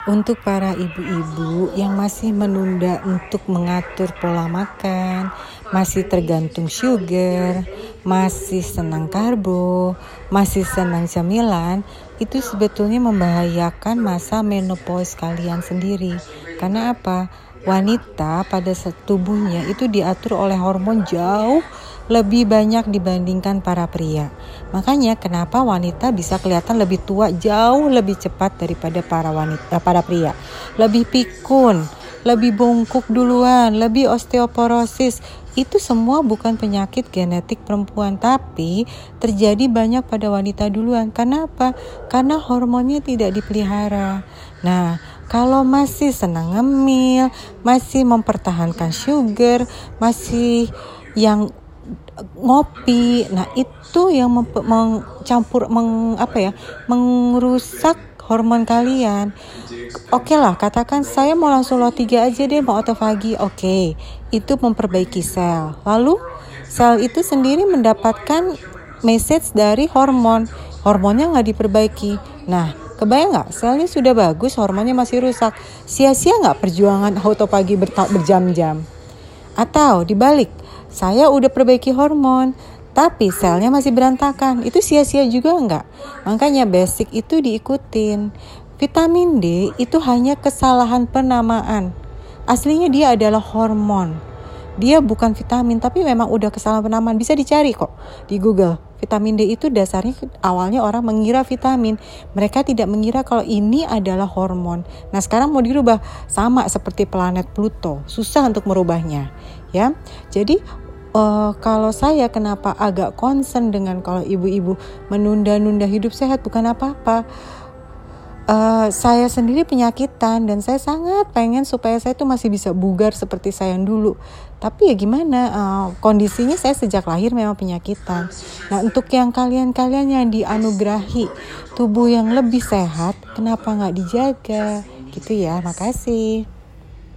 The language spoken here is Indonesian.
Untuk para ibu-ibu yang masih menunda untuk mengatur pola makan, masih tergantung sugar, masih senang karbo, masih senang camilan, itu sebetulnya membahayakan masa menopause kalian sendiri. Karena apa? Wanita pada tubuhnya itu diatur oleh hormon jauh lebih banyak dibandingkan para pria. Makanya kenapa wanita bisa kelihatan lebih tua jauh lebih cepat daripada para pria. Lebih pikun, lebih bungkuk duluan, lebih osteoporosis. Itu semua bukan penyakit genetik perempuan, tapi terjadi banyak pada wanita duluan. Kenapa? Karena hormonnya tidak dipelihara. Nah, kalau masih senang ngemil, masih mempertahankan sugar, masih yang ngopi, nah itu yang merusak hormon kalian. Oke lah, katakan saya mau langsung lot 3 aja deh, mau autofagi. Oke, itu memperbaiki sel. Lalu sel itu sendiri mendapatkan message dari hormonnya nggak diperbaiki. Nah, kebayang nggak, selnya sudah bagus, hormonnya masih rusak. Sia-sia nggak perjuangan autofagi berjam-jam? Atau dibalik, saya udah perbaiki hormon, tapi selnya masih berantakan. Itu sia-sia juga enggak? Makanya basic itu diikutin. Vitamin D itu hanya kesalahan penamaan. Aslinya dia adalah hormon. Dia bukan vitamin, tapi memang udah kesalahan penamaan. Bisa dicari kok di Google. Vitamin D itu dasarnya awalnya orang mengira vitamin. Mereka tidak mengira kalau ini adalah hormon. Nah, sekarang mau dirubah sama seperti planet Pluto. Susah untuk merubahnya. Ya, jadi kalau saya kenapa agak concern dengan kalau ibu-ibu menunda-nunda hidup sehat, bukan apa-apa. Saya sendiri penyakitan dan saya sangat pengen supaya saya tuh masih bisa bugar seperti saya yang dulu. Tapi ya gimana, kondisinya saya sejak lahir memang penyakitan. Nah, untuk yang kalian-kalian yang dianugerahi tubuh yang lebih sehat, kenapa nggak dijaga? Gitu ya, makasih.